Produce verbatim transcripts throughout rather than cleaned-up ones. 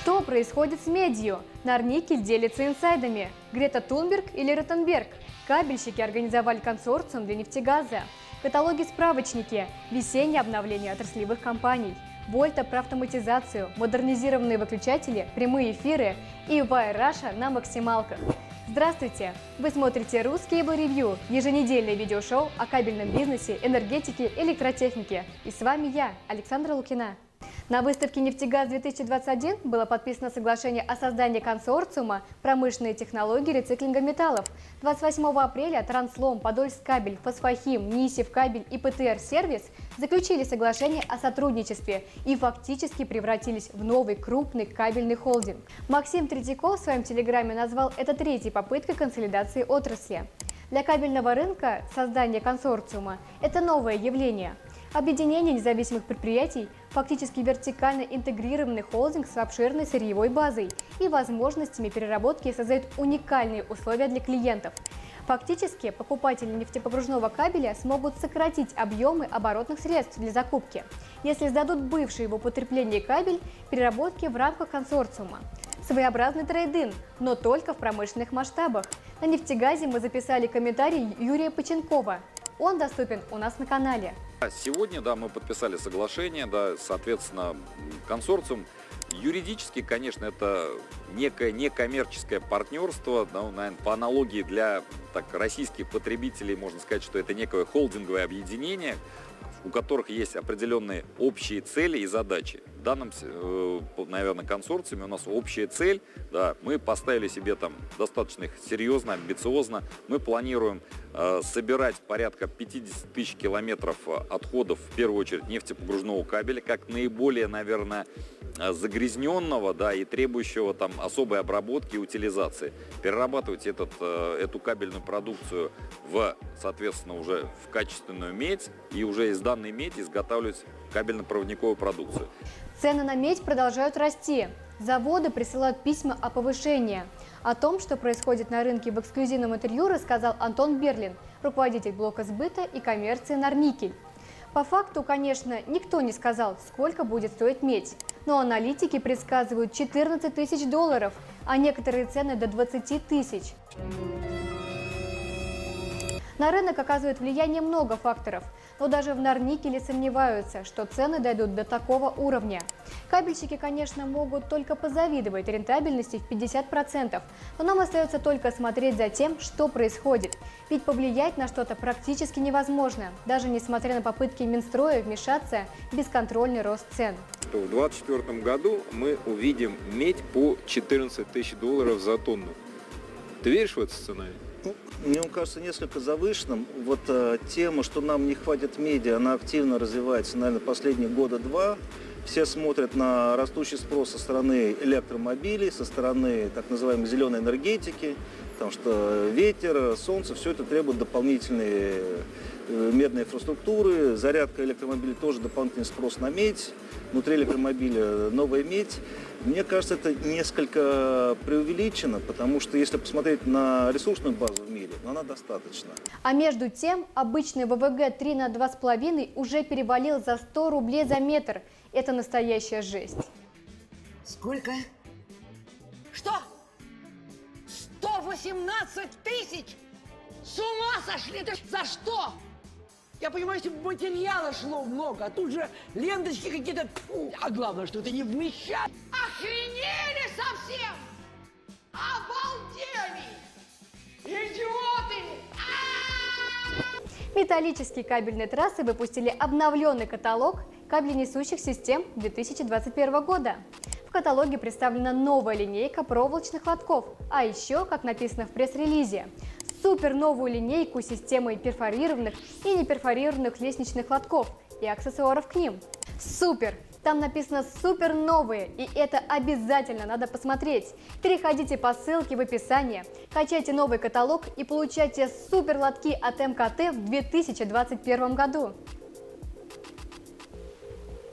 Что происходит с медью? Норникель делится инсайдами. Грета Тунберг или Ротенберг? Кабельщики организовали консорциум для нефтегаза. Каталоги-справочники. Весеннее обновление отраслевых компаний. Вольта про автоматизацию, модернизированные выключатели, прямые эфиры и Wire Russia на максималках. Здравствуйте! Вы смотрите Ruscable Review, еженедельное видеошоу о кабельном бизнесе, энергетике, электротехнике. И с вами я, Александра Лукина. На выставке «Нефтегаз две тысячи двадцать один» было подписано соглашение о создании консорциума «Промышленные технологии рециклинга металлов». двадцать восьмого апреля Транслом, Подольскабель, Фосфохим, Нисевкабель и ПТР-сервис заключили соглашение о сотрудничестве и фактически превратились в новый крупный кабельный холдинг. Максим Третьяков в своем телеграме назвал это третьей попыткой консолидации отрасли. Для кабельного рынка создание консорциума – это новое явление. Объединение независимых предприятий, фактически вертикально интегрированный холдинг с обширной сырьевой базой и возможностями переработки создает уникальные условия для клиентов. Фактически покупатели нефтепогружного кабеля смогут сократить объемы оборотных средств для закупки, если сдадут бывший в употреблении кабель переработки в рамках консорциума. Своеобразный трейд-ин, но только в промышленных масштабах. На «Нефтегазе» мы записали комментарий Юрия Поченкова. Он доступен у нас на канале. Сегодня, да, мы подписали соглашение, да, соответственно, консорциум. Юридически, конечно, это некое некоммерческое партнерство, да, наверное, по аналогии для так, российских потребителей можно сказать, что это некое холдинговое объединение, у которых есть определенные общие цели и задачи. В данном, наверное, консорциуме у нас общая цель, да, мы поставили себе там достаточно серьезно, амбициозно, мы планируем э, собирать порядка пятидесяти тысяч километров отходов, в первую очередь, нефтепогружного кабеля, как наиболее, наверное, загрязненного, да, и требующего там особой обработки и утилизации. Перерабатывать этот, э, эту кабельную продукцию в, соответственно, уже в качественную медь и уже из данной меди изготавливать кабельно-проводниковую продукцию. Цены на медь продолжают расти. Заводы присылают письма о повышении. О том, что происходит на рынке в эксклюзивном интервью, рассказал Антон Берлин, руководитель блока сбыта и коммерции «Норникель». По факту, конечно, никто не сказал, сколько будет стоить медь. Но аналитики предсказывают четырнадцать тысяч долларов, а некоторые цены до двадцати тысяч. На рынок оказывает влияние много факторов, но даже в Норникеле сомневаются, что цены дойдут до такого уровня. Кабельщики, конечно, могут только позавидовать рентабельности в пятьдесят процентов, но нам остается только смотреть за тем, что происходит. Ведь повлиять на что-то практически невозможно, даже несмотря на попытки Минстроя вмешаться в бесконтрольный рост цен. В две тысячи двадцать четвёртом году мы увидим медь по четырнадцать тысяч долларов за тонну. Ты веришь в этот сценарий? Мне он кажется несколько завышенным. Вот э, тема, что нам не хватит меди, она активно развивается, наверное, последние года два. Все смотрят на растущий спрос со стороны электромобилей, со стороны так называемой зеленой энергетики, потому что ветер, солнце, все это требует дополнительной медной инфраструктуры. Зарядка электромобилей тоже дополнительный спрос на медь. Внутри электромобиля новая медь. Мне кажется, это несколько преувеличено, потому что если посмотреть на ресурсную базу в мире, она достаточна. А между тем, обычный ВВГ три на два с половиной уже перевалил за сто рублей за метр. Это настоящая жесть. Сколько? Что? сто восемнадцать тысяч? С ума сошли? Это за что? Я понимаю, если бы материала шло много, а тут же ленточки какие-то, а главное, что это не вмещает. Охренели совсем! Обалдели! Идиоты! Металлические кабельные трассы выпустили обновленный каталог кабеленесущих систем две тысячи двадцать первого года. В каталоге представлена новая линейка проволочных лотков, а еще, как написано в пресс-релизе, супер новую линейку с системой перфорированных и неперфорированных лестничных лотков и аксессуаров к ним. Супер! Там написано «супер новые», и это обязательно надо посмотреть. Переходите по ссылке в описании, качайте новый каталог и получайте супер лотки от МКТ в две тысячи двадцать первом году.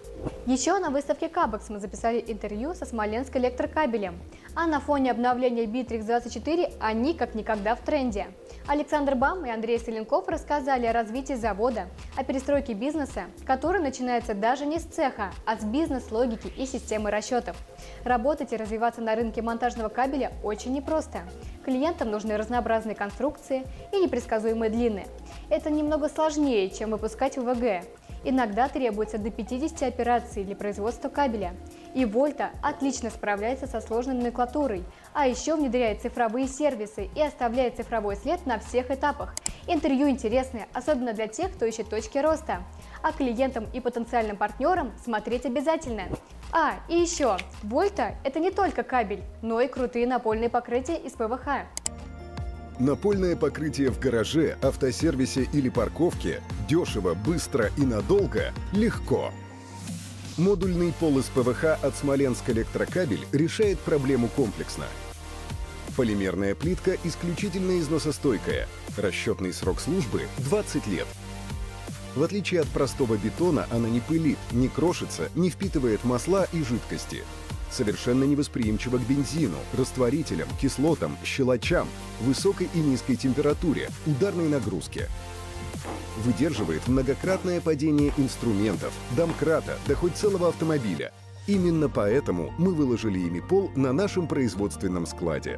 Еще на выставке Кабекс мы записали интервью со Смоленск электрокабелем. А на фоне обновления Битрикс двадцать четыре они как никогда в тренде. Александр Бам и Андрей Соленков рассказали о развитии завода, о перестройке бизнеса, который начинается даже не с цеха, а с бизнес-логики и системы расчетов. Работать и развиваться на рынке монтажного кабеля очень непросто. Клиентам нужны разнообразные конструкции и непредсказуемые длины. Это немного сложнее, чем выпускать вэ вэ гэ. Иногда требуется до пятидесяти операций для производства кабеля. И Вольта отлично справляется со сложной номенклатурой, а еще внедряет цифровые сервисы и оставляет цифровой след на всех этапах. Интервью интересное, особенно для тех, кто ищет точки роста. А клиентам и потенциальным партнерам смотреть обязательно. А, и еще, Вольта – это не только кабель, но и крутые напольные покрытия из пэ вэ ха. Напольное покрытие в гараже, автосервисе или парковке дешево, быстро и надолго легко. Модульный пол из пэ вэ ха от Смоленск электрокабель решает проблему комплексно. Полимерная плитка исключительно износостойкая. Расчетный срок службы – двадцать лет. В отличие от простого бетона, она не пылит, не крошится, не впитывает масла и жидкости. Совершенно невосприимчива к бензину, растворителям, кислотам, щелочам, высокой и низкой температуре, ударной нагрузке. Выдерживает многократное падение инструментов, домкрата, да хоть целого автомобиля. Именно поэтому мы выложили ими пол на нашем производственном складе.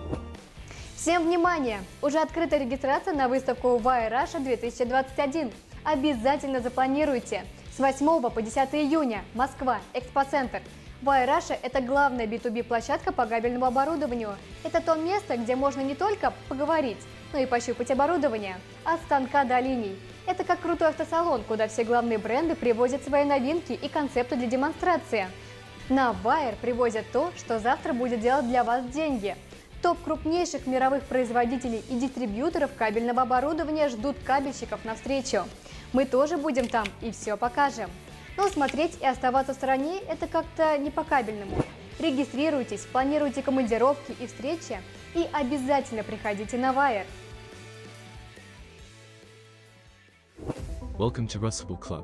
Всем внимание! Уже открыта регистрация на выставку Wire Russia две тысячи двадцать один. Обязательно запланируйте! С восьмого по десятое июня, Москва, Экспоцентр. Wire Russia – это главная би ту би площадка по кабельному оборудованию. Это то место, где можно не только поговорить, но и пощупать оборудование. От станка до линий. Это как крутой автосалон, куда все главные бренды привозят свои новинки и концепты для демонстрации. На Wire привозят то, что завтра будет делать для вас деньги. Топ крупнейших мировых производителей и дистрибьюторов кабельного оборудования ждут кабельщиков на встречу. Мы тоже будем там и все покажем. Но смотреть и оставаться в стороне – это как-то не по-кабельному. Регистрируйтесь, планируйте командировки и встречи и обязательно приходите на Wire. Welcome to Russell Club.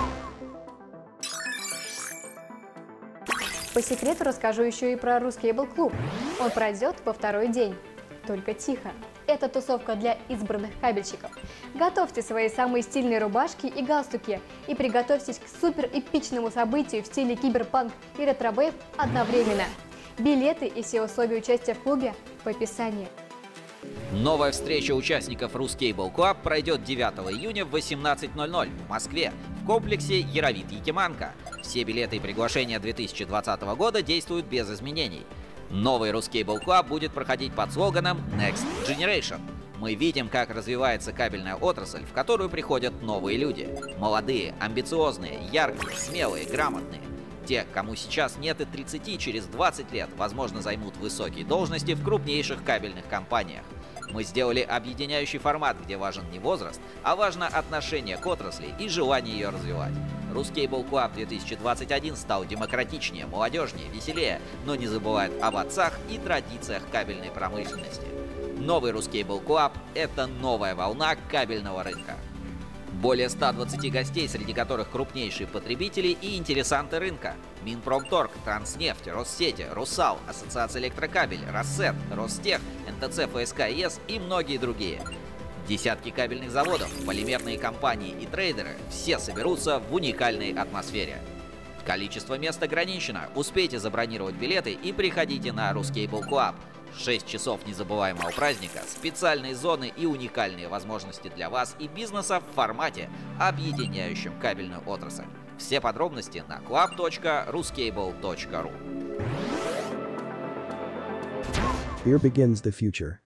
По секрету расскажу еще и про Ruscable Club. Он пройдет во второй день. Только тихо. Это тусовка для избранных кабельщиков. Готовьте свои самые стильные рубашки и галстуки и приготовьтесь к супер эпичному событию в стиле киберпанк и ретро-вейв одновременно. Билеты и все условия участия в клубе в описании. Новая встреча участников Ruscable Club пройдет девятого июня в восемнадцать ноль ноль в Москве в комплексе Яровит-Якиманка. Все билеты и приглашения две тысячи двадцатого года действуют без изменений. Новый Ruscable Club будет проходить под слоганом Next Generation. Мы видим, как развивается кабельная отрасль, в которую приходят новые люди. Молодые, амбициозные, яркие, смелые, грамотные. Те, кому сейчас нет и тридцати, через двадцать лет, возможно, займут высокие должности в крупнейших кабельных компаниях. Мы сделали объединяющий формат, где важен не возраст, а важно отношение к отрасли и желание ее развивать. Ruscable Club две тысячи двадцать один стал демократичнее, молодежнее, веселее, но не забывает об отцах и традициях кабельной промышленности. Новый Ruscable Club – это новая волна кабельного рынка. Более ста двадцати гостей, среди которых крупнейшие потребители и интересанты рынка. Минпромторг, Транснефть, Россети, Русал, Ассоциация Электрокабель, Россет, Ростех, эн тэ цэ эф эс ка и эс и многие другие. Десятки кабельных заводов, полимерные компании и трейдеры – все соберутся в уникальной атмосфере. Количество мест ограничено, успейте забронировать билеты и приходите на Ruscable Club. шесть часов незабываемого праздника, специальные зоны и уникальные возможности для вас и бизнеса в формате, объединяющем кабельную отрасль. Все подробности на club точка ruscable точка ру. Here begins the future.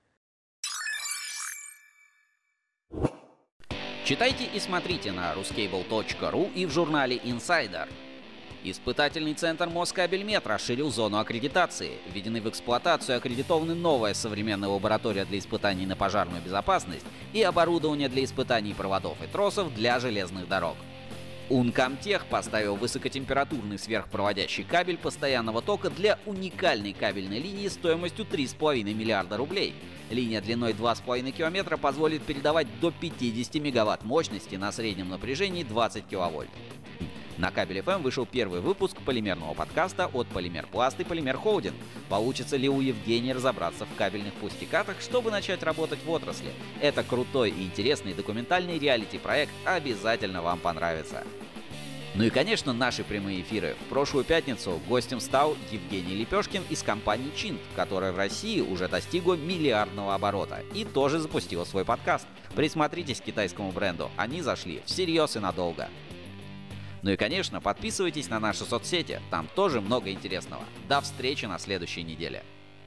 Читайте и смотрите на ruscable точка ру и в журнале Insider. Испытательный центр Москабельмет расширил зону аккредитации. Введены в эксплуатацию, аккредитованы новая современная лаборатория для испытаний на пожарную безопасность и оборудование для испытаний проводов и тросов для железных дорог. Uncomtech поставил высокотемпературный сверхпроводящий кабель постоянного тока для уникальной кабельной линии стоимостью три с половиной миллиарда рублей. Линия длиной два с половиной километра позволит передавать до пятидесяти мегаватт мощности на среднем напряжении двадцать киловольт. На Кабель эф эм вышел первый выпуск полимерного подкаста от Полимер Пласт и Полимер Холдинг. Получится ли у Евгения разобраться в кабельных пустякатах, чтобы начать работать в отрасли? Это крутой и интересный документальный реалити-проект, обязательно вам понравится. Ну и, конечно, наши прямые эфиры. В прошлую пятницу гостем стал Евгений Лепешкин из компании Чинт, которая в России уже достигла миллиардного оборота и тоже запустила свой подкаст. Присмотритесь к китайскому бренду, они зашли всерьез и надолго. Ну и, конечно, подписывайтесь на наши соцсети, там тоже много интересного. До встречи на следующей неделе.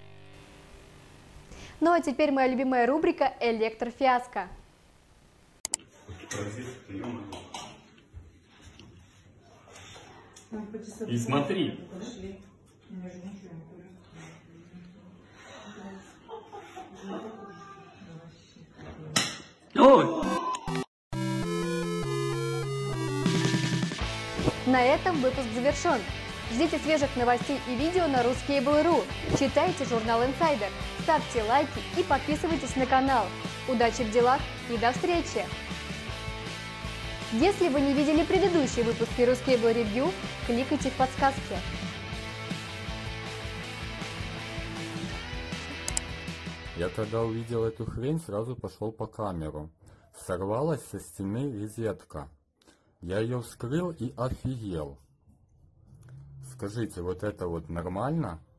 Ну а теперь моя любимая рубрика «Электрофиаско». И смотри. Ой! На этом выпуск завершен. Ждите свежих новостей и видео на Ruscable точка ру. Читайте журнал Insider, ставьте лайки и подписывайтесь на канал. Удачи в делах и до встречи! Если вы не видели предыдущие выпуски Ruscable Review, кликайте в подсказке. Я когда увидел эту хрень, сразу пошел по камеру. Сорвалась со стены розетка. Я ее вскрыл и офигел. Скажите, вот это вот нормально?